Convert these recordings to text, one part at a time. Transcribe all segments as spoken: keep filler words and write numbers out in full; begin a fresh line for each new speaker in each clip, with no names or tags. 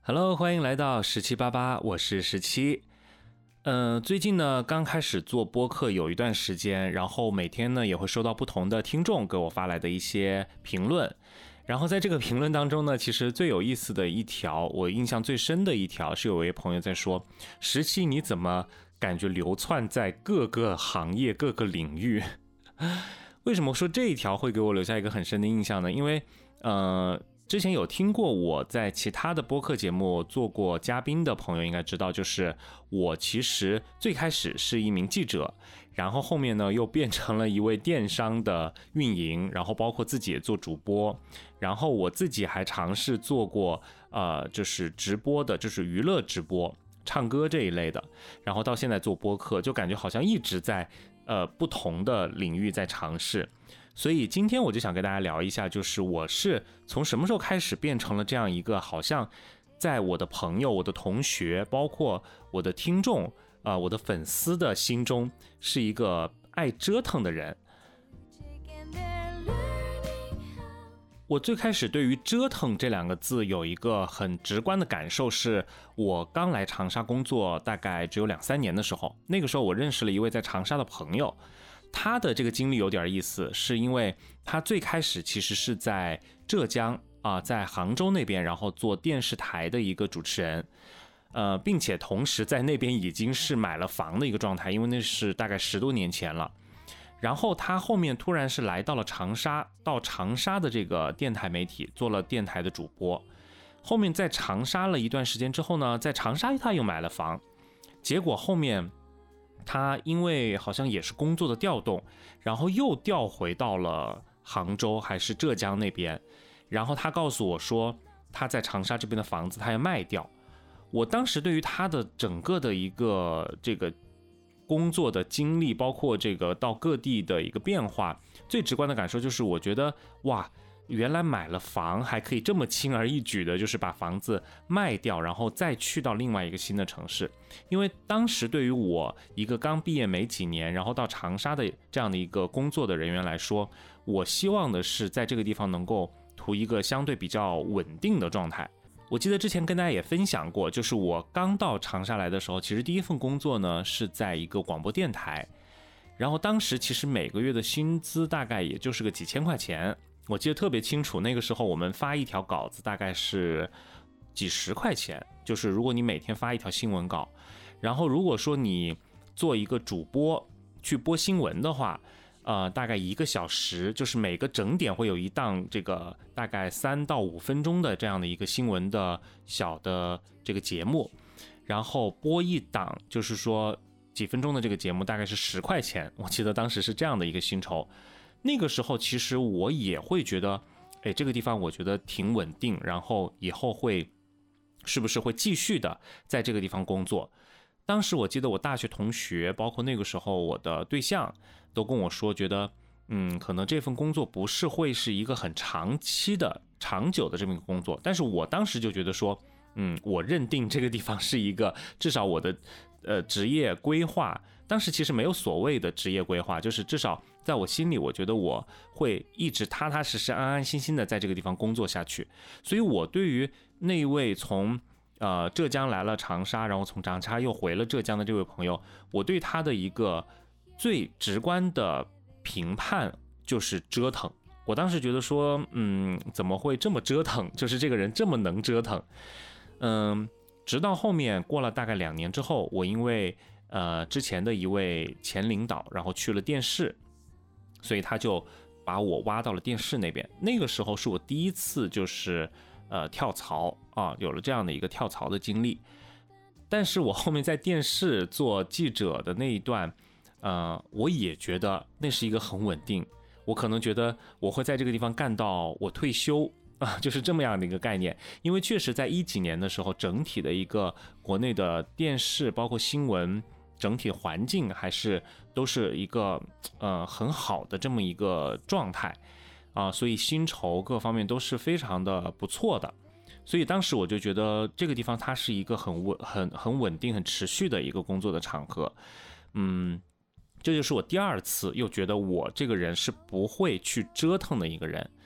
Hello， 欢迎来到十七八八，我是十七。嗯，最近呢刚开始做播客有一段时间，然后每天呢也会收到不同的听众给我发来的一些评论。然后在这个评论当中呢，其实最有意思的一条，我印象最深的一条是有位朋友在说：十七你怎么感觉流窜在各个行业各个领域？为什么说这一条会给我留下一个很深的印象呢？因为呃。之前有听过我在其他的播客节目做过嘉宾的朋友应该知道，就是我其实最开始是一名记者，然后后面呢又变成了一位电商的运营，然后包括自己也做主播，然后我自己还尝试做过呃就是直播的，就是娱乐直播唱歌这一类的，然后到现在做播客，就感觉好像一直在呃不同的领域在尝试。所以今天我就想跟大家聊一下，就是我是从什么时候开始变成了这样一个好像在我的朋友、我的同学，包括我的听众啊、呃、我的粉丝的心中是一个爱折腾的人。我最开始对于折腾这两个字有一个很直观的感受，是我刚来长沙工作大概只有两三年的时候，那个时候我认识了一位在长沙的朋友。他的这个经历有点意思，是因为他最开始其实是在浙江啊、呃，在杭州那边，然后做电视台的一个主持人，呃，并且同时在那边已经是买了房的一个状态，因为那是大概十多年前了。然后他后面突然是来到了长沙，到长沙的这个电台媒体做了电台的主播。后面在长沙了一段时间之后呢，在长沙他又买了房，结果后面。他因为好像也是工作的调动，然后又调回到了杭州还是浙江那边，然后他告诉我说他在长沙这边的房子他要卖掉。我当时对于他的整个的一个这个工作的经历，包括这个到各地的一个变化，最直观的感受就是我觉得哇，原来买了房还可以这么轻而易举的，就是把房子卖掉，然后再去到另外一个新的城市。因为当时对于我一个刚毕业没几年，然后到长沙的这样的一个工作的人员来说，我希望的是在这个地方能够图一个相对比较稳定的状态。我记得之前跟大家也分享过，就是我刚到长沙来的时候，其实第一份工作呢是在一个广播电台，然后当时其实每个月的薪资大概也就是个几千块钱。我记得特别清楚，那个时候我们发一条稿子大概是几十块钱，就是如果你每天发一条新闻稿，然后如果说你做一个主播去播新闻的话，呃，大概一个小时，就是每个整点会有一档这个大概三到五分钟的这样的一个新闻的小的这个节目，然后播一档就是说几分钟的这个节目大概是十块钱，我记得当时是这样的一个薪酬。那个时候其实我也会觉得，哎，这个地方我觉得挺稳定，然后以后会是不是会继续的在这个地方工作。当时我记得我大学同学，包括那个时候我的对象都跟我说，觉得嗯，可能这份工作不是会是一个很长期的长久的这么一个工作。但是我当时就觉得说，嗯，我认定这个地方是一个至少我的呃职业规划，当时其实没有所谓的职业规划，就是至少在我心里，我觉得我会一直踏踏实实安安心心的在这个地方工作下去。所以我对于那位从呃浙江来了长沙，然后从长沙又回了浙江的这位朋友，我对他的一个最直观的评判就是折腾。我当时觉得说，嗯，怎么会这么折腾？就是这个人这么能折腾。嗯，直到后面过了大概两年之后，我因为呃之前的一位前领导，然后去了电视，所以他就把我挖到了电视那边。那个时候是我第一次就是呃跳槽啊，有了这样的一个跳槽的经历。但是我后面在电视做记者的那一段，呃，我也觉得那是一个很稳定。我可能觉得我会在这个地方干到我退休啊，就是这么样的一个概念。因为确实在一几年的时候，整体的一个国内的电视包括新闻整体环境还是都是一个呃很好的这么一个状态啊，所以薪酬各方面都是非常的不错的。所以当时我就觉得这个地方它是一个很稳很很稳定很持续的一个工作的场合。嗯，这就是我第二次又觉得我这个人是不会去折腾的一个人。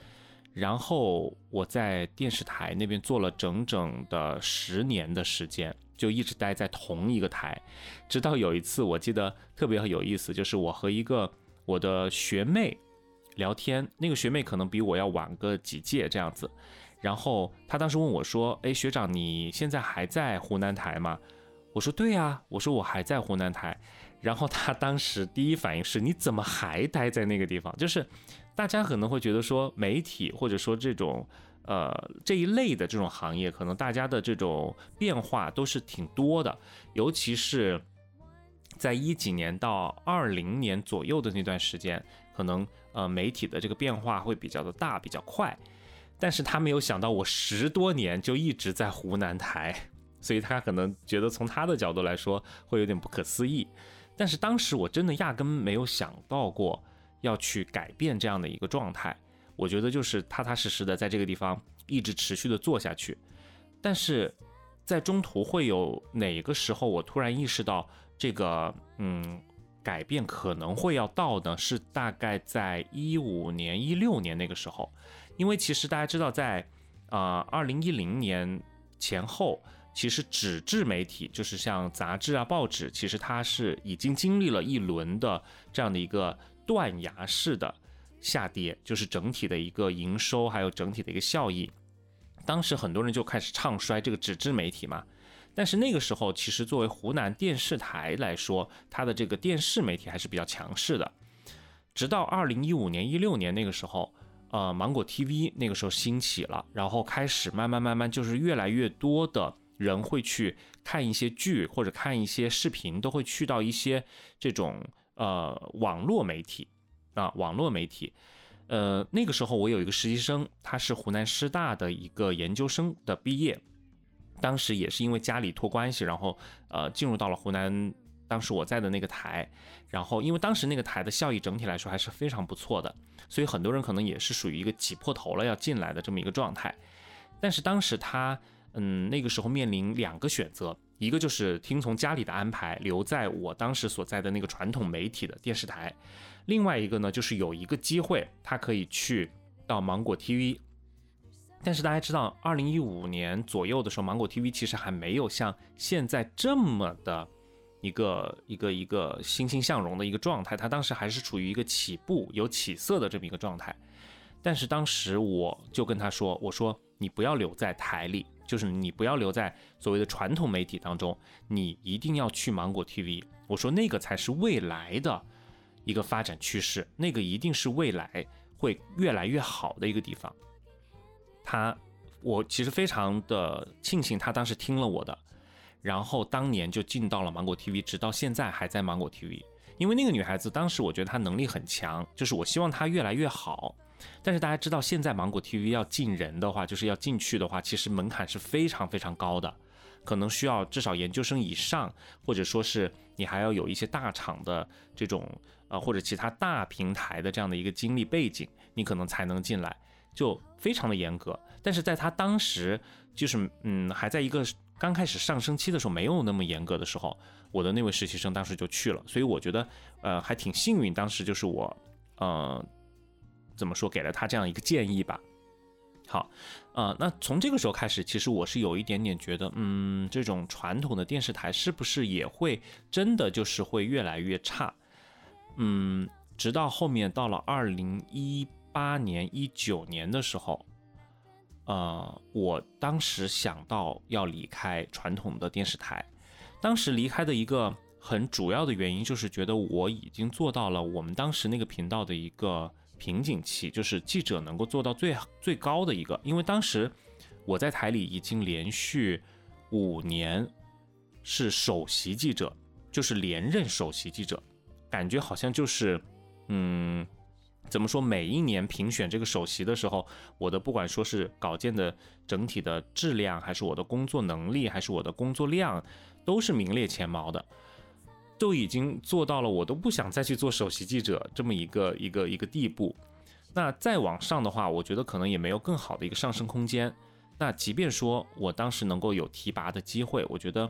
然后我在电视台那边做了整整的十年的时间，就一直待在同一个台，直到有一次我记得特别有意思，就是我和一个我的学妹聊天，那个学妹可能比我要晚个几届这样子，然后她当时问我说，哎，学长你现在还在湖南台吗？我说对啊，我说我还在湖南台。然后她当时第一反应是，你怎么还待在那个地方？就是大家可能会觉得说媒体或者说这种呃这一类的这种行业，可能大家的这种变化都是挺多的，尤其是在一几年到二零年左右的那段时间，可能呃媒体的这个变化会比较的大，比较快。但是他没有想到我十多年就一直在湖南台，所以他可能觉得从他的角度来说会有点不可思议。但是当时我真的压根没有想到过要去改变这样的一个状态，我觉得就是踏踏实实的在这个地方一直持续的做下去。但是在中途会有哪个时候我突然意识到这个嗯改变可能会要到呢？是大概在一五年一六年那个时候，因为其实大家知道在呃二零一零年前后，其实纸质媒体就是像杂志啊报纸，其实它是已经经历了一轮的这样的一个断崖式的下跌，就是整体的一个营收还有整体的一个效益，当时很多人就开始唱衰这个纸质媒体嘛。但是那个时候其实作为湖南电视台来说，它的这个电视媒体还是比较强势的。直到二零一五年一六年那个时候，呃，芒果 T V 那个时候兴起了，然后开始慢慢慢慢就是越来越多的人会去看一些剧或者看一些视频，都会去到一些这种呃网络媒体啊，网络媒体。呃，那个时候我有一个实习生，他是湖南师大的一个研究生的毕业，当时也是因为家里托关系，然后呃进入到了湖南当时我在的那个台，然后因为当时那个台的效益整体来说还是非常不错的，所以很多人可能也是属于一个挤破头了要进来的这么一个状态。但是当时他嗯那个时候面临两个选择，一个就是听从家里的安排留在我当时所在的那个传统媒体的电视台，另外一个呢就是有一个机会他可以去到芒果 T V。但是大家知道二零一五年左右的时候，芒果 T V 其实还没有像现在这么的一个一个一个欣欣向荣的一个状态，它当时还是处于一个起步有起色的这么一个状态。但是当时我就跟他说，我说你不要留在台里，就是你不要留在所谓的传统媒体当中，你一定要去芒果 T V， 我说那个才是未来的一个发展趋势，那个一定是未来会越来越好的一个地方。他我其实非常的庆幸他当时听了我的，然后当年就进到了芒果 T V， 直到现在还在芒果 T V。 因为那个女孩子当时我觉得她能力很强，就是我希望她越来越好。但是大家知道现在芒果 T V 要进人的话，就是要进去的话，其实门槛是非常非常高的，可能需要至少研究生以上，或者说是你还要有一些大厂的这种呃或者其他大平台的这样的一个经历背景，你可能才能进来，就非常的严格。但是在他当时就是嗯还在一个刚开始上升期的时候，没有那么严格的时候，我的那位实习生当时就去了，所以我觉得呃还挺幸运，当时就是我呃怎么说给了他这样一个建议吧。好，呃，那从这个时候开始，其实我是有一点点觉得，嗯，这种传统的电视台是不是也会真的就是会越来越差？嗯，直到后面到了二零一八年、一九年的时候，呃，我当时想到要离开传统的电视台，当时离开的一个很主要的原因就是觉得我已经做到了我们当时那个频道的一个瓶颈期，就是记者能够做到最最高的一个。因为当时我在台里已经连续五年是首席记者，就是连任首席记者，感觉好像就是嗯怎么说，每一年评选这个首席的时候，我的不管说是稿件的整体的质量，还是我的工作能力，还是我的工作量，都是名列前茅的，都已经做到了我都不想再去做首席记者这么一个一个一个地步。那再往上的话，我觉得可能也没有更好的一个上升空间。那即便说我当时能够有提拔的机会，我觉得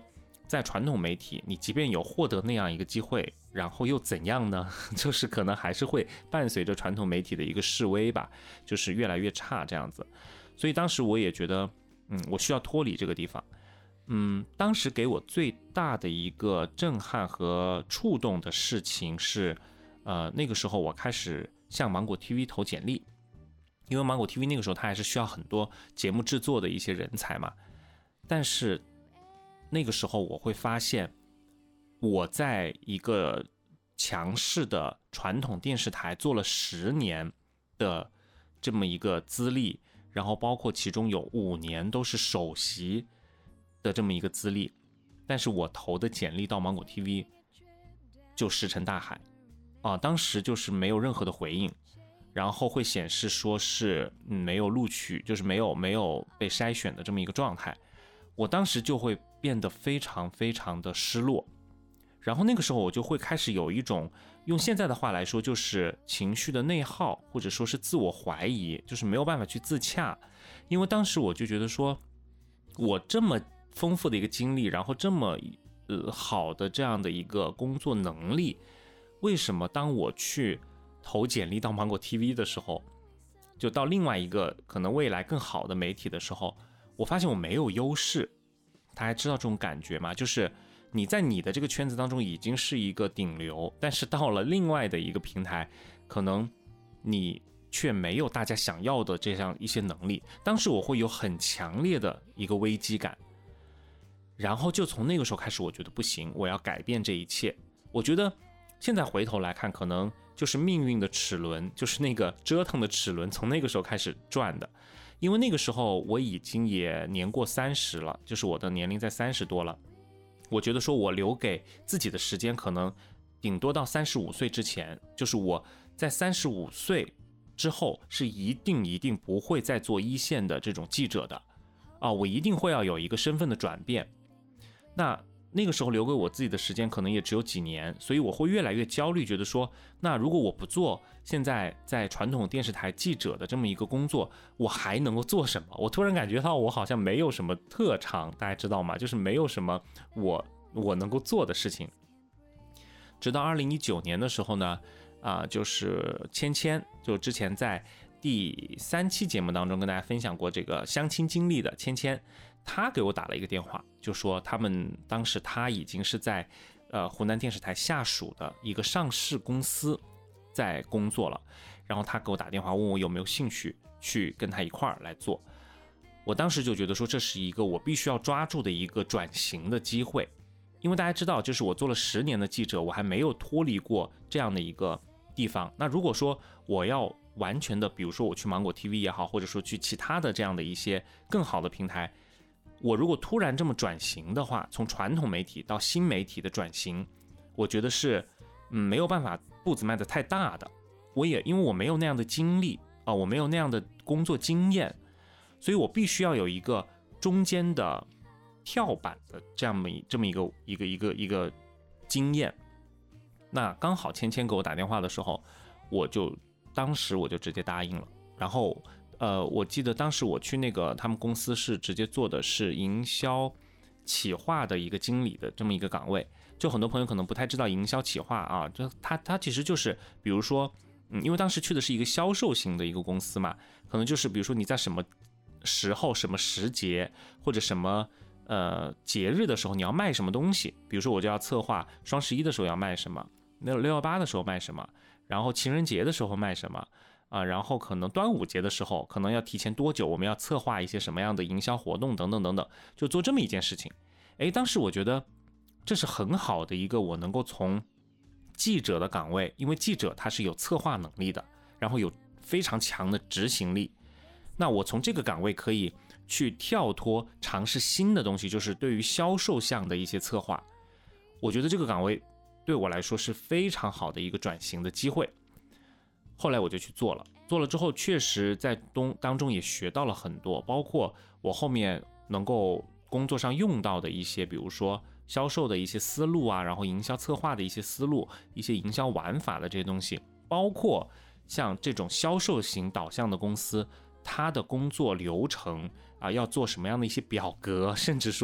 在传统媒体，你即便有获得那样一个机会，然后又怎样呢？就是可能还是会伴随着传统媒体的一个式微吧，就是越来越差这样子。所以当时我也觉得，嗯，我需要脱离这个地方。嗯，当时给我最大的一个震撼和触动的事情是，呃，那个时候我开始向芒果 T V 投简历，因为芒果 T V 那个时候它还是需要很多节目制作的一些人才嘛。但是那个时候我会发现，我在一个强势的传统电视台做了十年的这么一个资历，然后包括其中有五年都是首席的这么一个资历，但是我投的简历到芒果 T V 就石沉大海啊，当时就是没有任何的回应，然后会显示说是、嗯、没有录取，就是没有没有被筛选的这么一个状态。我当时就会变得非常非常的失落，然后那个时候我就会开始有一种，用现在的话来说就是情绪的内耗，或者说是自我怀疑，就是没有办法去自洽。因为当时我就觉得说，我这么丰富的一个经历，然后这么呃好的这样的一个工作能力，为什么当我去投简历到芒果 T V 的时候，就到另外一个可能未来更好的媒体的时候，我发现我没有优势。大家知道这种感觉吗？就是你在你的这个圈子当中已经是一个顶流，但是到了另外的一个平台，可能你却没有大家想要的这样一些能力。当时我会有很强烈的一个危机感，然后就从那个时候开始，我觉得不行，我要改变这一切。我觉得现在回头来看，可能就是命运的齿轮，就是那个折腾的齿轮，从那个时候开始转的。因为那个时候我已经也年过三十了，就是我的年龄在三十多了。我觉得说我留给自己的时间可能顶多到三十五岁之前，就是我在三十五岁之后是一定一定不会再做一线的这种记者的啊，我一定会要有一个身份的转变。那那个时候留给我自己的时间可能也只有几年，所以我会越来越焦虑，觉得说，那如果我不做现在在传统电视台记者的这么一个工作，我还能够做什么？我突然感觉到我好像没有什么特长，大家知道吗？就是没有什么我我能够做的事情。直到二零一九年的时候呢，啊、呃，就是芊芊，就之前在第三期节目当中跟大家分享过这个相亲经历的芊芊，他给我打了一个电话，就说他们当时他已经是在呃湖南电视台下属的一个上市公司在工作了，然后他给我打电话问我有没有兴趣去跟他一块儿来做。我当时就觉得说这是一个我必须要抓住的一个转型的机会，因为大家知道，就是我做了十年的记者，我还没有脱离过这样的一个地方。那如果说我要完全的，比如说我去芒果 T V 也好，或者说去其他的这样的一些更好的平台，我如果突然这么转型的话，从传统媒体到新媒体的转型，我觉得是嗯没有办法步子迈得太大的。我也因为我没有那样的经历啊、呃，我没有那样的工作经验，所以我必须要有一个中间的跳板的这样这么一个一个一个一个经验。那刚好芊芊给我打电话的时候，我就当时我就直接答应了。然后呃，我记得当时我去那个他们公司是直接做的是营销企划的一个经理的这么一个岗位。就很多朋友可能不太知道营销企划啊，就它它其实就是比如说嗯，因为当时去的是一个销售型的一个公司嘛，可能就是比如说你在什么时候什么时节或者什么呃节日的时候你要卖什么东西，比如说我就要策划双十一的时候要卖什么，六幺八的时候卖什么，然后情人节的时候卖什么啊，然后可能端午节的时候可能要提前多久，我们要策划一些什么样的营销活动等等等等，就做这么一件事情。诶，当时我觉得这是很好的一个我能够从记者的岗位，因为记者他是有策划能力的，然后有非常强的执行力，那我从这个岗位可以去跳脱尝试新的东西，就是对于销售项的一些策划，我觉得这个岗位对我来说是非常好的一个转型的机会。后来我就去做了，做了之后确实在东当中也学到了很多，包括我后面能够工作上用到的一些，比如说销售的一些思路啊，然后营销策划的一些思路，一些营销玩法的这些东西，包括像这种销售型导向的公司，它的工作流程啊，要做什么样的一些表格，甚至说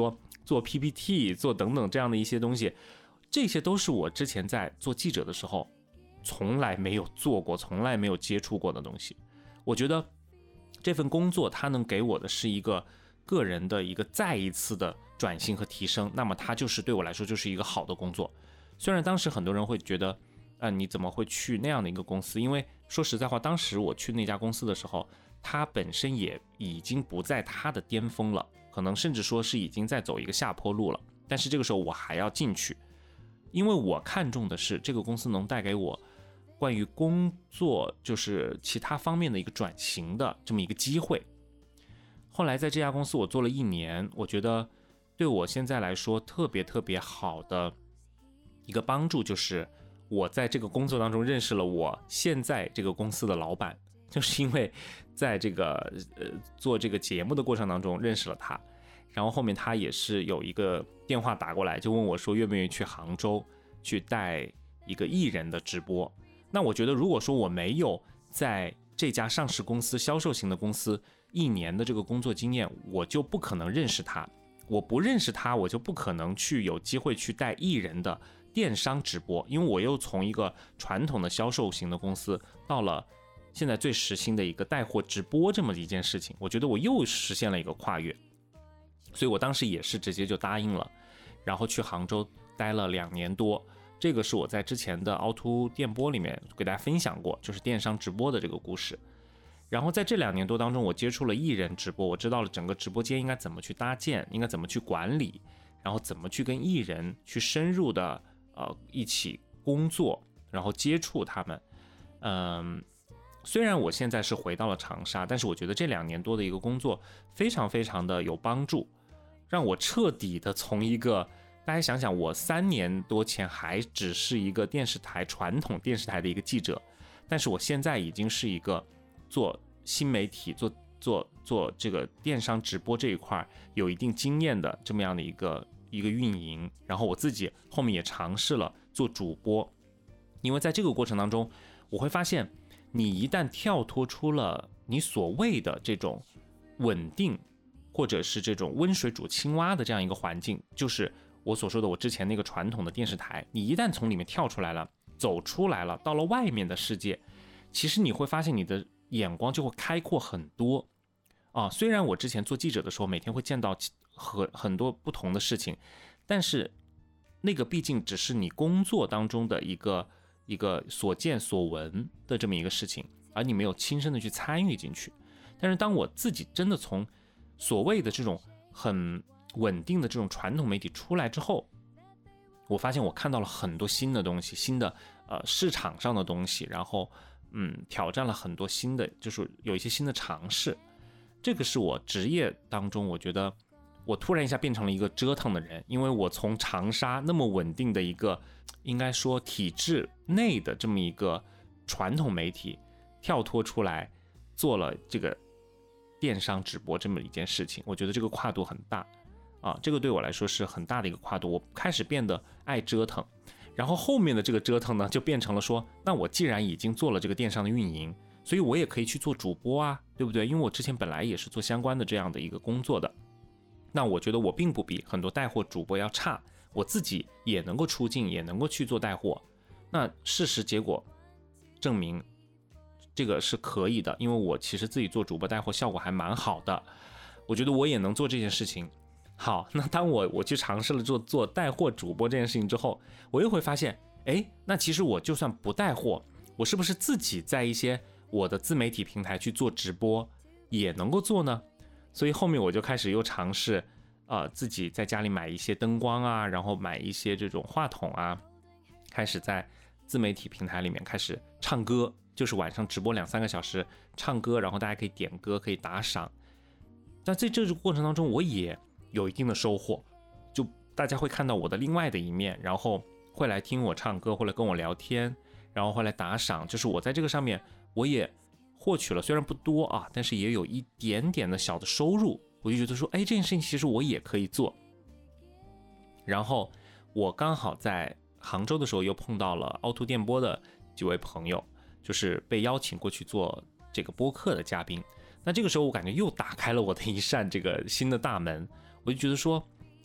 做 P P T 做等等这样的一些东西，这些都是我之前在做记者的时候从来没有做过从来没有接触过的东西。我觉得这份工作它能给我的是一个个人的一个再一次的转型和提升，那么它就是对我来说就是一个好的工作。虽然当时很多人会觉得呃，你怎么会去那样的一个公司，因为说实在话当时我去那家公司的时候，它本身也已经不在它的巅峰了，可能甚至说是已经在走一个下坡路了，但是这个时候我还要进去，因为我看重的是这个公司能带给我关于工作就是其他方面的一个转型的这么一个机会。后来在这家公司我做了一年，我觉得对我现在来说特别特别好的一个帮助就是我在这个工作当中认识了我现在这个公司的老板，就是因为在这个呃做这个节目的过程当中认识了他，然后后面他也是有一个电话打过来，就问我说愿不愿意去杭州去带一个艺人的直播。那我觉得如果说我没有在这家上市公司销售型的公司一年的这个工作经验，我就不可能认识他，我不认识他我就不可能去有机会去带艺人的电商直播，因为我又从一个传统的销售型的公司到了现在最时兴的一个带货直播这么一件事情，我觉得我又实现了一个跨越，所以我当时也是直接就答应了，然后去杭州待了两年多。这个是我在之前的凹凸电波里面给大家分享过，就是电商直播的这个故事。然后在这两年多当中，我接触了艺人直播，我知道了整个直播间应该怎么去搭建，应该怎么去管理，然后怎么去跟艺人去深入的呃一起工作，然后接触他们。嗯，虽然我现在是回到了长沙，但是我觉得这两年多的一个工作非常非常的有帮助，让我彻底的从一个大家想想，我三年多前还只是一个电视台传统电视台的一个记者，但是我现在已经是一个做新媒体、做做做这个电商直播这一块有一定经验的这么样的一个一个运营。然后我自己后面也尝试了做主播，因为在这个过程当中，我会发现，你一旦跳脱出了你所谓的这种稳定，或者是这种温水煮青蛙的这样一个环境，就是我所说的我之前那个传统的电视台，你一旦从里面跳出来了，走出来了，到了外面的世界，其实你会发现你的眼光就会开阔很多啊。虽然我之前做记者的时候每天会见到很很多不同的事情，但是那个毕竟只是你工作当中的一个一个所见所闻的这么一个事情，而你没有亲身的去参与进去。但是当我自己真的从所谓的这种很稳定的这种传统媒体出来之后，我发现我看到了很多新的东西，新的呃市场上的东西，然后嗯挑战了很多新的，就是有一些新的尝试。这个是我职业当中我觉得我突然一下变成了一个折腾的人，因为我从长沙那么稳定的一个应该说体制内的这么一个传统媒体跳脱出来做了这个电商直播这么一件事情，我觉得这个跨度很大啊，这个对我来说是很大的一个跨度。我开始变得爱折腾，然后后面的这个折腾呢就变成了说，那我既然已经做了这个电商的运营，所以我也可以去做主播啊，对不对？因为我之前本来也是做相关的这样的一个工作的，那我觉得我并不比很多带货主播要差，我自己也能够出镜，也能够去做带货。那事实结果证明这个是可以的，因为我其实自己做主播带货效果还蛮好的，我觉得我也能做这件事情。好，那当我我去尝试了做做带货主播这件事情之后，我又会发现，哎，那其实我就算不带货，我是不是自己在一些我的自媒体平台去做直播也能够做呢？所以后面我就开始又尝试，呃，自己在家里买一些灯光啊，然后买一些这种话筒啊，开始在自媒体平台里面开始唱歌，就是晚上直播两三个小时唱歌，然后大家可以点歌，可以打赏。但在这个过程当中，我也有一定的收获，就大家会看到我的另外的一面，然后会来听我唱歌，会来跟我聊天，然后会来打赏，就是我在这个上面我也获取了，虽然不多啊，但是也有一点点的小的收入，我就觉得说，哎，这件事情其实我也可以做。然后我刚好在杭州的时候又碰到了凹凸电波的几位朋友，就是被邀请过去做这个播客的嘉宾。那这个时候我感觉又打开了我的一扇这个新的大门，我就觉得说，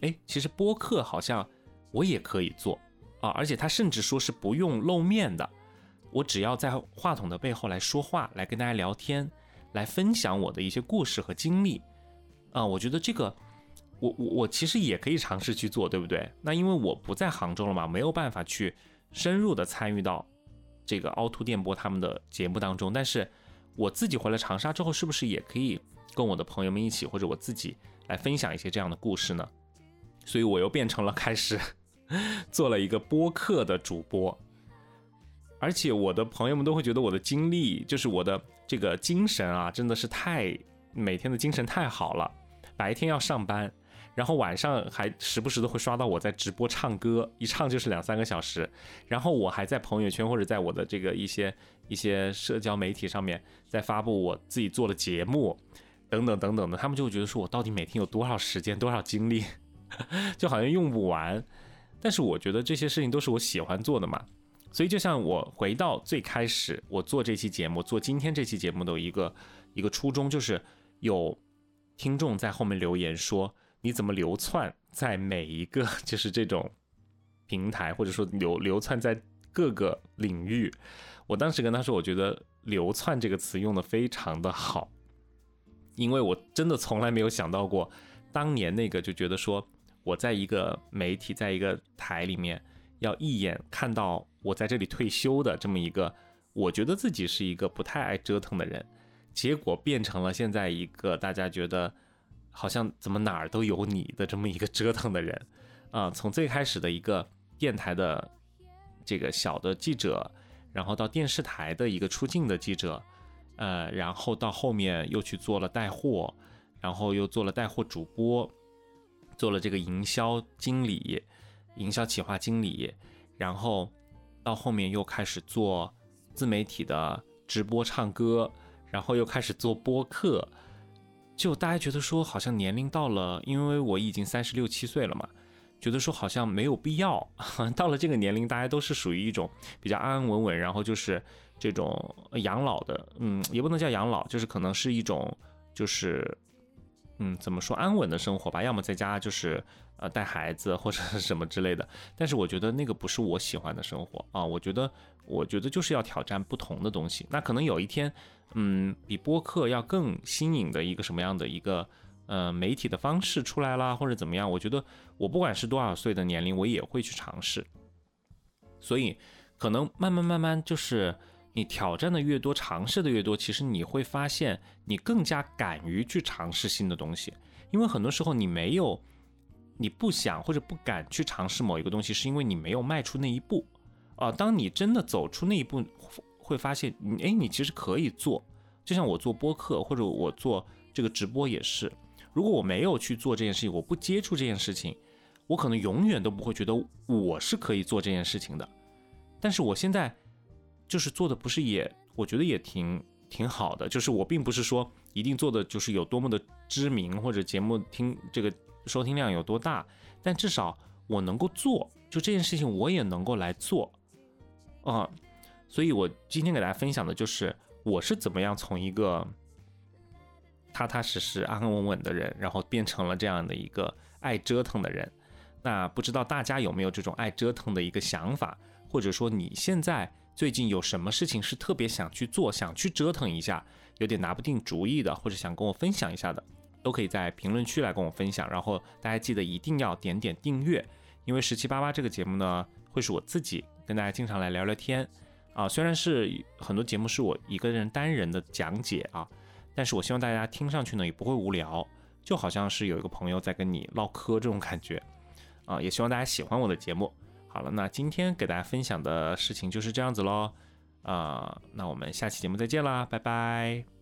哎，其实播客好像我也可以做啊，而且他甚至说是不用露面的，我只要在话筒的背后来说话，来跟大家聊天，来分享我的一些故事和经历啊，我觉得这个我我我其实也可以尝试去做，对不对？那因为我不在杭州了嘛，没有办法去深入的参与到这个凹凸电波他们的节目当中，但是我自己回了长沙之后，是不是也可以跟我的朋友们一起，或者我自己来分享一些这样的故事呢？所以我又变成了开始做了一个播客的主播，而且我的朋友们都会觉得我的经历，就是我的这个精神啊，真的是太每天的精神太好了。白天要上班，然后晚上还时不时的会刷到我在直播唱歌，一唱就是两三个小时，然后我还在朋友圈或者在我的这个一些一些社交媒体上面在发布我自己做的节目等等等等的，他们就会觉得说我到底每天有多少时间多少精力就好像用不完，但是我觉得这些事情都是我喜欢做的嘛。所以就像我回到最开始我做这期节目做今天这期节目的一个一个初衷，就是有听众在后面留言说你怎么流窜在每一个就是这种平台，或者说流流窜在各个领域。我当时跟他说我觉得流窜这个词用的非常的好，因为我真的从来没有想到过当年那个就觉得说我在一个媒体在一个台里面要一眼看到我在这里退休的这么一个，我觉得自己是一个不太爱折腾的人，结果变成了现在一个大家觉得好像怎么哪儿都有你的这么一个折腾的人啊、呃！从最开始的一个电台的这个小的记者，然后到电视台的一个出镜的记者，呃，然后到后面又去做了带货，然后又做了带货主播，做了这个营销经理、营销企划经理，然后到后面又开始做自媒体的直播唱歌，然后又开始做播客。就大家觉得说好像年龄到了，因为我已经三十六七岁了嘛，觉得说好像没有必要到了这个年龄大家都是属于一种比较安安稳稳，然后就是这种养老的，嗯，也不能叫养老，就是可能是一种就是嗯怎么说安稳的生活吧，要么在家就是呃带孩子或者什么之类的，但是我觉得那个不是我喜欢的生活啊，我觉得我觉得就是要挑战不同的东西。那可能有一天嗯，比播客要更新颖的一个什么样的一个呃媒体的方式出来啦，或者怎么样，我觉得我不管是多少岁的年龄，我也会去尝试。所以可能慢慢慢慢，就是你挑战的越多，尝试的越多，其实你会发现你更加敢于去尝试新的东西。因为很多时候你没有，你不想或者不敢去尝试某一个东西，是因为你没有迈出那一步啊、呃。当你真的走出那一步，会发现哎，你其实可以做。就像我做播客或者我做这个直播也是，如果我没有去做这件事情，我不接触这件事情，我可能永远都不会觉得我是可以做这件事情的。但是我现在就是做的不是也我觉得也挺挺好的，就是我并不是说一定做的就是有多么的知名，或者节目听这个收听量有多大，但至少我能够做，就这件事情我也能够来做啊、呃。所以我今天给大家分享的就是我是怎么样从一个踏踏实实安安稳稳的人，然后变成了这样的一个爱折腾的人。那不知道大家有没有这种爱折腾的一个想法，或者说你现在最近有什么事情是特别想去做，想去折腾一下，有点拿不定主意的，或者想跟我分享一下的，都可以在评论区来跟我分享。然后大家记得一定要点点订阅，因为十七八八这个节目呢，会是我自己跟大家经常来聊聊天啊，虽然是很多节目是我一个人单人的讲解啊，但是我希望大家听上去呢也不会无聊，就好像是有一个朋友在跟你唠嗑这种感觉啊，也希望大家喜欢我的节目。好了，那今天给大家分享的事情就是这样子咯啊，那我们下期节目再见啦，拜拜。